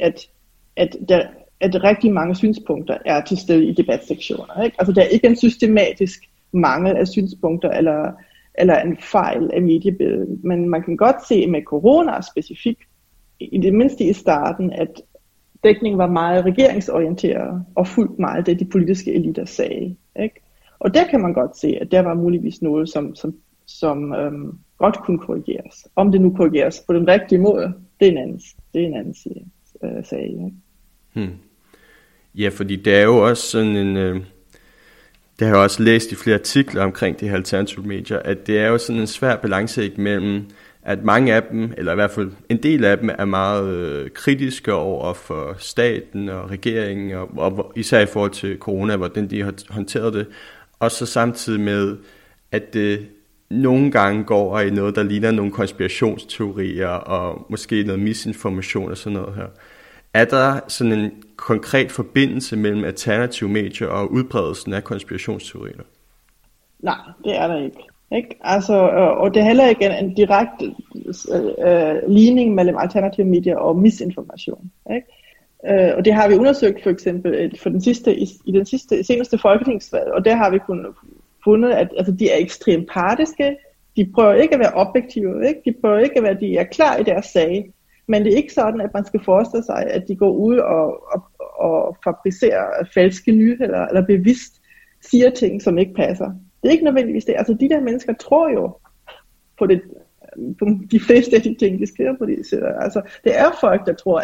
at rigtig mange synspunkter er til stede i debatsektioner. Ikke? Altså der er ikke en systematisk mangel af synspunkter eller en fejl af mediebilledet, men man kan godt se med corona specifikt, i det mindste i starten, at dækningen var meget regeringsorienteret og fuldt meget det, de politiske eliter sagde. Ikke? Og der kan man godt se, at der var muligvis noget, som godt kunne korrigeres. Om det nu korrigeres på den rigtige måde, det er en anden sag. Ikke? Ja, fordi det er jo også sådan en... det har jeg også læst i flere artikler omkring de her alternative medier, at det er jo sådan en svær balance mellem, at mange af dem, eller i hvert fald en del af dem, er meget kritiske over for staten og regeringen, og især i forhold til corona, hvordan de har håndteret det, og så samtidig med, at nogle gange går i noget, der ligner nogle konspirationsteorier og måske noget misinformation og sådan noget her. Er der sådan en konkret forbindelse mellem alternative medier og udbredelsen af konspirationsteorier? Nej, det er der ikke. Altså, og det er heller ikke en direkte ligning mellem alternative medier og misinformation. Ikke? Og det har vi undersøgt for eksempel for den seneste folketingsvalg, og der har vi fundet, at altså, de er ekstremt partiske. De prøver ikke at være objektive, ikke? De prøver ikke at være, de er klar i deres sag. Men det er ikke sådan, at man skal forestille sig, at de går ud og fabricerer falske nyheder, eller bevidst siger ting, som ikke passer. Det er ikke nødvendigvis det. Altså de der mennesker tror jo på de fleste af de ting, de skriver på de sider. Altså det er folk, der tror,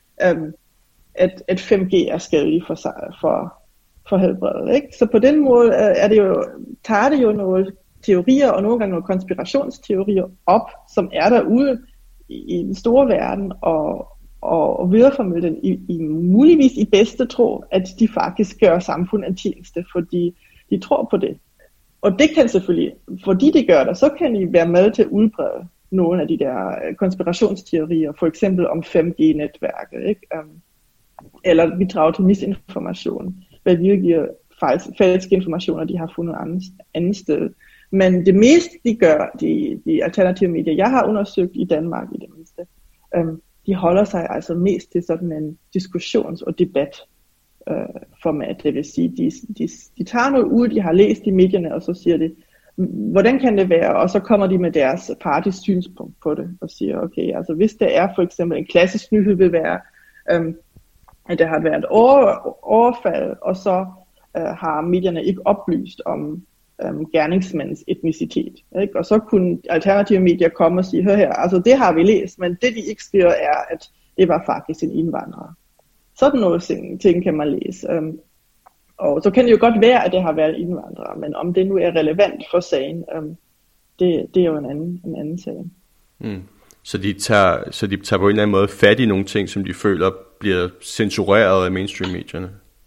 at 5G er skadelig for helbredet. Ikke? Så på den måde tager det jo nogle teorier, og nogle gange nogle konspirationsteorier op, som er derude i den store verden, og videreformidle den i muligvis i bedste tro, at de faktisk gør samfundet en tjeneste, fordi de tror på det. Og det kan selvfølgelig, fordi de gør det, så kan de være med til at udbrede nogle af de der konspirationsteorier, for eksempel om 5G-netværket, ikke? Eller bidrage til misinformation, hvad videregiver falske informationer, de har fundet andet sted. Men det meste, de gør, de alternative medier, jeg har undersøgt i Danmark i det mindste, de holder sig altså mest til sådan en diskussions- og debatformat. Det vil sige, de tager noget ud, de har læst i medierne, og så siger de, hvordan kan det være? Og så kommer de med deres partis synspunkt på det, og siger, okay, altså hvis der er for eksempel en klassisk nyhed vil være, at der har været overfald, og så har medierne ikke oplyst om gerningsmandens etnicitet. Ikke? Og så kunne alternative medier komme og sige, hør her, altså det har vi læst, men det de ikke skriver er, at det var faktisk en indvandrer. Sådan nogle ting kan man læse. Og så kan det jo godt være, at det har været indvandrere, men om det nu er relevant for sagen, det er jo en anden sag. Mm. Så de tager på en eller anden måde fat i nogle ting, som de føler bliver censureret af mainstream-medierne?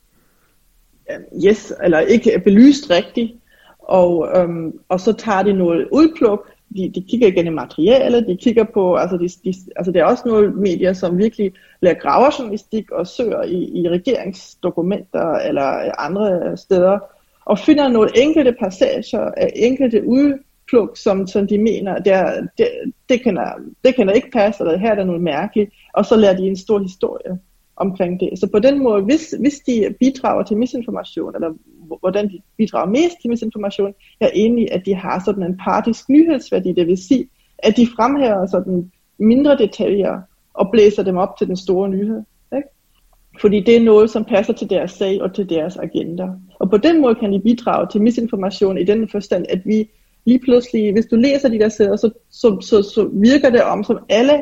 Yes, eller ikke belyst rigtigt. Og så tager de noget udpluk, de kigger igennem materialet, de kigger på, altså der er også nogle medier, som virkelig laver graverjournalistik og søger i regeringsdokumenter eller andre steder, og finder nogle enkelte passager af enkelte udpluk, som de mener, det kan der ikke passe, eller her er der noget mærkeligt, og så lærer de en stor historie omkring det. Så på den måde, hvis de bidrager til misinformation, eller hvordan de bidrager mest til misinformation, jeg er enig, at de har sådan en partisk nyhedsværdi, det vil sige, at de fremhæver sådan mindre detaljer og blæser dem op til den store nyhed. Ikke? Fordi det er noget, som passer til deres sag og til deres agenda. Og på den måde kan de bidrage til misinformation i den forstand, at vi lige pludselig, hvis du læser de der sider, så virker det om, som alle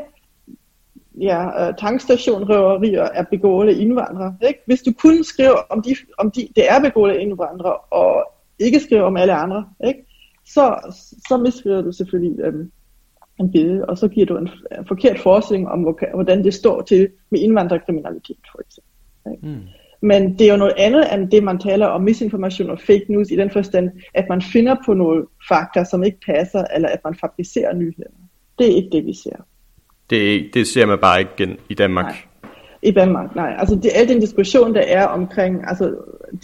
tankstationrøverier er begået af indvandrere. Ikke? Hvis du kun skriver om de det er begået af indvandrere, og ikke skriver om alle andre, ikke? Så misskriver du selvfølgelig en billede, og så giver du en forkert forestilling om, hvordan det står til med indvandrerkriminalitet, for eksempel. Ikke? Mm. Men det er jo noget andet end det, man taler om misinformation og fake news, i den forstand, at man finder på nogle fakta, som ikke passer, eller at man fabricerer nyheder. Det er ikke det, vi ser. Det ser man bare ikke i Danmark. Nej. I Danmark, nej. Altså det er den diskussion, der er omkring, altså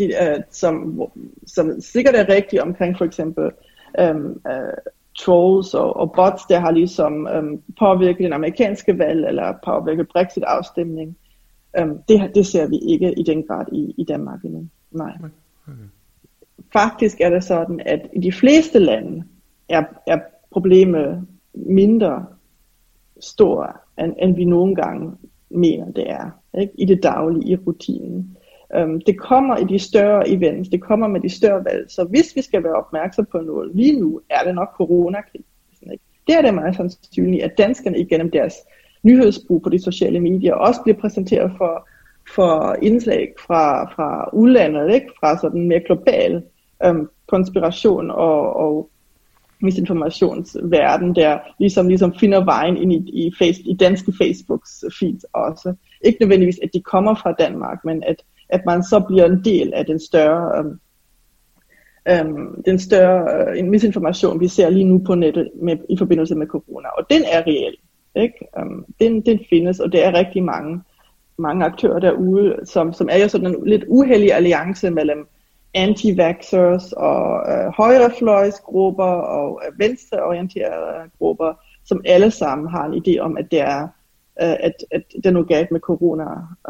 som sikkert er rigtig omkring for eksempel trolls og bots, der har ligesom påvirket den amerikanske valg eller påvirket Brexit-afstemning. Det ser vi ikke i den grad i Danmark endnu. Nej. Okay. Faktisk er det sådan, at i de fleste lande er problemet mindre stor, end vi nogle gange mener det er, ikke? I det daglige, i rutinen. Det kommer i de større events, det kommer med de større valg, så hvis vi skal være opmærksom på noget lige nu, er det nok coronakrisen. Ikke? Det er det meget sandsynligt, at danskerne igennem deres nyhedsbrug på de sociale medier også bliver præsenteret for indslag fra udlandet, ikke? Fra sådan mere global konspiration og misinformationsverden, der ligesom finder vejen ind i danske Facebooks feeds også. Ikke nødvendigvis, at de kommer fra Danmark, men at man så bliver en del af den større den større misinformation, vi ser lige nu på nettet i forbindelse med corona. Og den er reel. Ikke? Den findes, og det er rigtig mange aktører derude, som er jo sådan en lidt uheldig alliance mellem anti-vaxxers og højrefløjsgrupper og venstreorienterede grupper, som alle sammen har en idé om, at det er at det er noget galt med corona.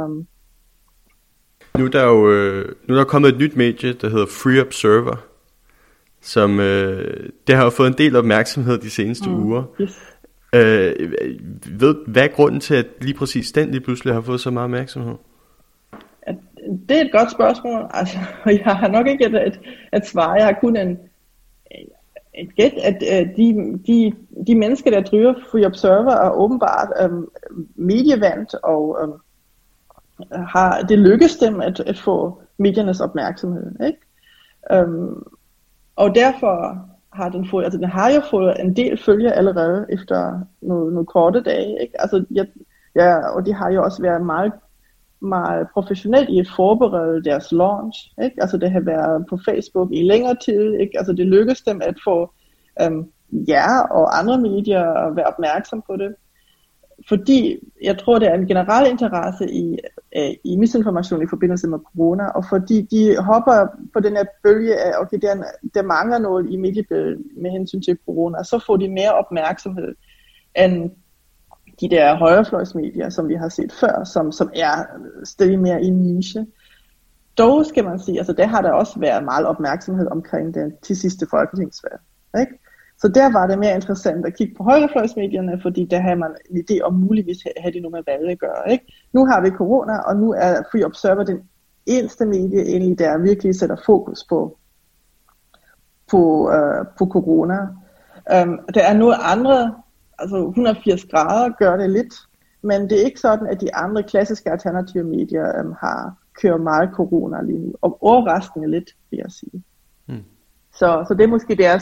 Nu er der kommet et nyt medie, der hedder Free Observer, som det har jo fået en del opmærksomhed de seneste uger. Yes. Hvad er grunden til, at lige præcis den lige pludselig har fået så meget opmærksomhed? Det er et godt spørgsmål. Altså, jeg har nok ikke et svar. Jeg har kun et gæt, at de mennesker, der driver Free Observer, er åbenbart medievandt, og har det lykkes dem at få mediernes opmærksomhed. Ikke? Og derfor har den har jo fået en del følgere allerede efter nogle korte dage. Ikke? Altså, og de har jo også været meget, meget professionelt i at forberede deres launch. Ikke? Altså det har været på Facebook i længere tid. Ikke? Altså det lykkedes dem at få jer og andre medier at være opmærksom på det. Fordi jeg tror, det er en generel interesse i misinformation i forbindelse med corona, og fordi de hopper på den her bølge af, okay, der mangler noget i mediebilledet med hensyn til corona, så får de mere opmærksomhed end de der højrefløjsmedier, som vi har set før, som er stadig mere i niche. Dog skal man sige, altså der har der også været meget opmærksomhed omkring det til sidste folketingsvalg, ikke? Så der var det mere interessant at kigge på højrefløjsmedierne, fordi der havde man en idé om muligvis have de noget med valget at gøre, ikke? Nu har vi corona, og nu er Free Observer den eneste medie egentlig, der virkelig sætter fokus på corona. Der er nogle andre, altså 180 grader gør det lidt, men det er ikke sådan, at de andre klassiske alternative medier kører meget corona lige nu, og overraskende lidt, vil jeg sige. Så det er måske deres,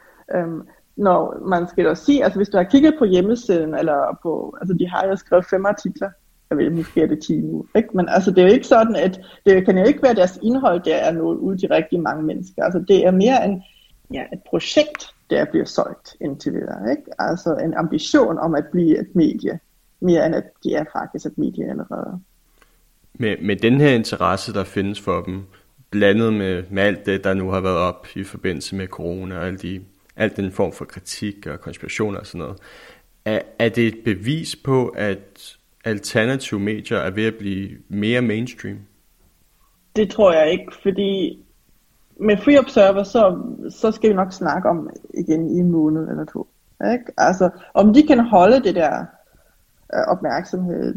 når man skal da sige, altså hvis du har kigget på hjemmesiden, eller på, altså de har jo skrevet 5 artikler, jeg ved, måske er det 10 nu, ikke? Men altså det er jo ikke sådan, at det kan jo ikke være deres indhold, der er nået ud til rigtig mange mennesker, altså det er mere et projekt, der bliver solgt indtil videre, ikke? Altså en ambition om at blive et medie, mere end at de er faktisk et medie allerede. Med den her interesse, der findes for dem, blandet med alt det, der nu har været op i forbindelse med corona, og alt den form for kritik og konspirationer og sådan noget, er det et bevis på, at alternative medier er ved at blive mere mainstream? Det tror jeg ikke, fordi med Free Observer, så skal vi nok snakke om igen i en måned eller 2. Ikke? Altså, om de kan holde det der opmærksomhed,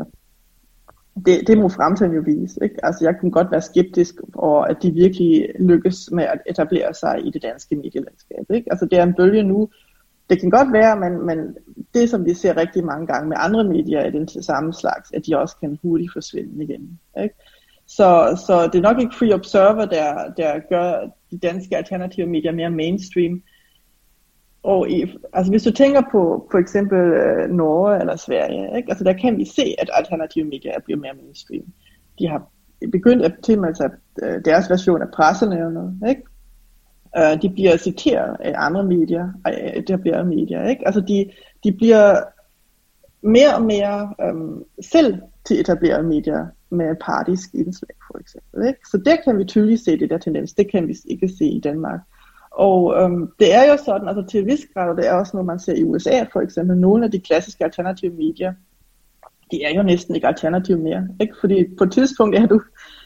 det må fremtiden jo vise. Ikke? Altså, jeg kunne godt være skeptisk over, at de virkelig lykkes med at etablere sig i det danske medielandskab. Ikke? Altså, det er en bølge nu. Det kan godt være, men det, som vi ser rigtig mange gange med andre medier, er den samme slags, at de også kan hurtigt forsvinde igen. Ikke? Så det er nok ikke Free Observer, der gør de danske alternative medier mere mainstream. Og altså hvis du tænker på for eksempel Norge eller Sverige, ikke? Altså der kan vi se, at alternative medier er blevet mere mainstream. De har begyndt at tilmelde sig deres version af pressenævnet, ikke? De bliver citeret af andre medier, etablerede medier, ikke? Altså de bliver mere og mere selv til etablerede medier med partisk indslag, for eksempel. Ikke? Så der kan vi tydeligt se det der tendens. Det kan vi ikke se i Danmark. Og det er jo sådan, altså til en vis grad, og det er også noget, man ser i USA, for eksempel, nogle af de klassiske alternative medier, de er jo næsten ikke alternative mere. Ikke? Fordi på et tidspunkt er du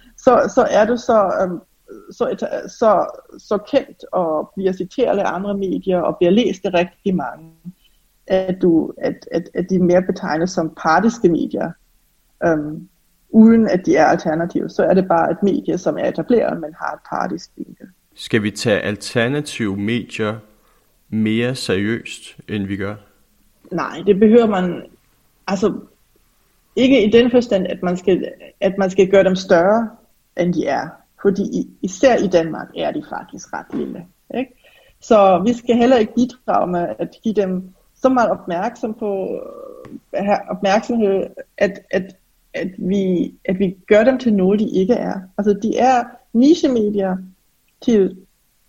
så kendt og bliver citeret af andre medier og bliver læst af rigtig mange, at de mere betegnes som partiske medier, uden at de er alternative. Så er det bare et medie, som er etableret, men har et partisk vinkel. Skal vi tage alternative medier mere seriøst, end vi gør? Nej, det behøver man altså ikke i den forstand, at man skal gøre dem større, end de er. Fordi især i Danmark er de faktisk ret lille. Ikke? Så vi skal heller ikke bidrage med at give dem så meget opmærksomhed, at vi gør dem til noget, de ikke er. Altså de er nichemedier til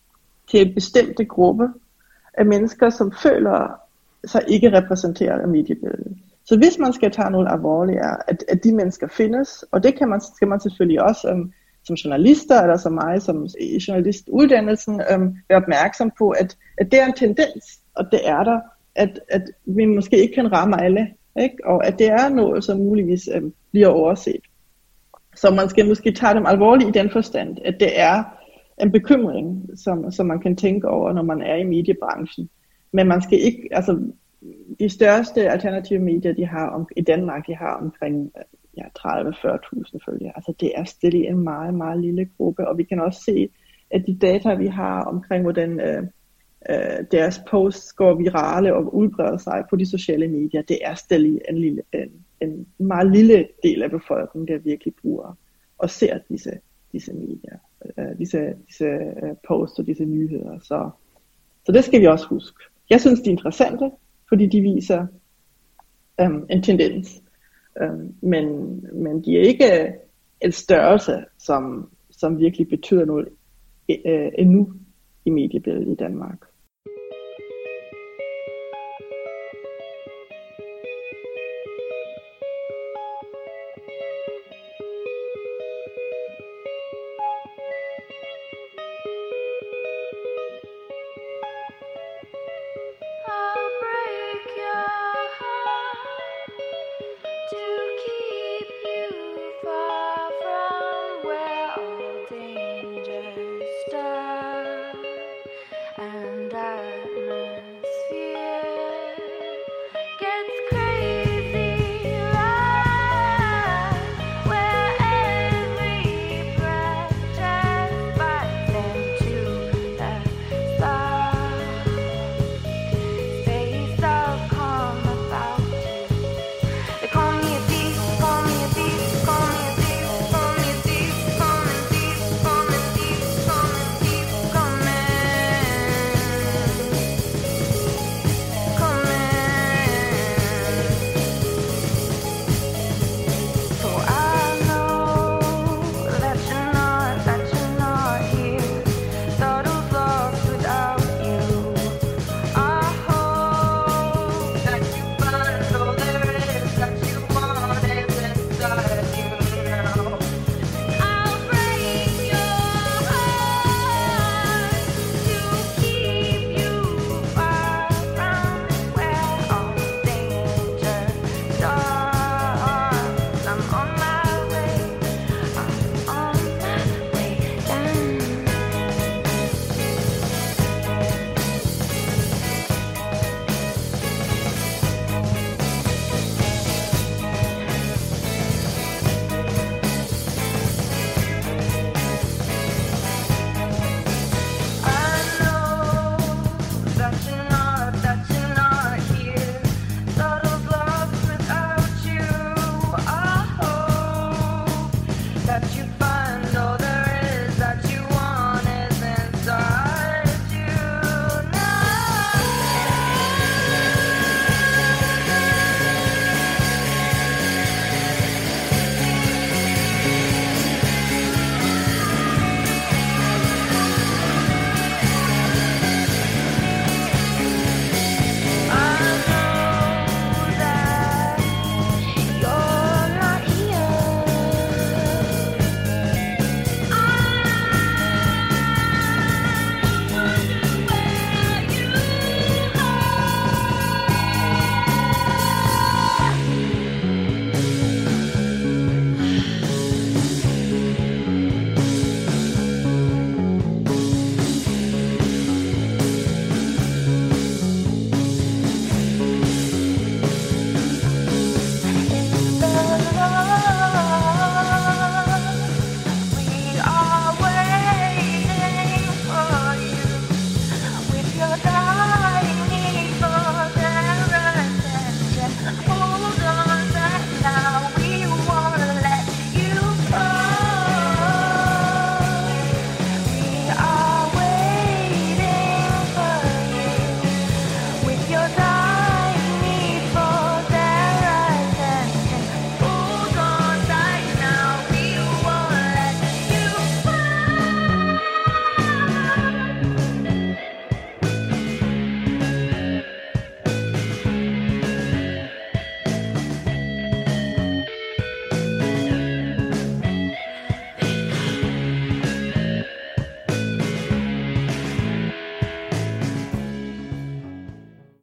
til en bestemte gruppe af mennesker, som føler sig ikke repræsenteret af mediebilledet. Så hvis man skal tage noget alvorligt, er, at de mennesker findes, og det skal man selvfølgelig også som journalister, eller som mig, som i journalistuddannelsen, være opmærksom på, at det er en tendens, og det er der, at vi måske ikke kan ramme alle, ikke? Og at det er noget, som muligvis bliver overset. Så man skal måske tage dem alvorligt i den forstand, at det er en bekymring, som man kan tænke over, når man er i mediebranchen. Men man skal ikke, altså de største alternative medier, de har i Danmark, de har omkring 30-40.000 følgere. Altså det er stille en meget, meget lille gruppe, og vi kan også se, at de data, vi har omkring, hvordan deres posts går virale og udbreder sig på de sociale medier, det er stille en meget lille del af befolkningen, der virkelig bruger og ser disse medier, disse posts og disse nyheder. Så det skal vi også huske. Jeg synes, de er interessante, fordi de viser en tendens. Men de er ikke en størrelse, som virkelig betyder noget endnu i mediebilledet i Danmark.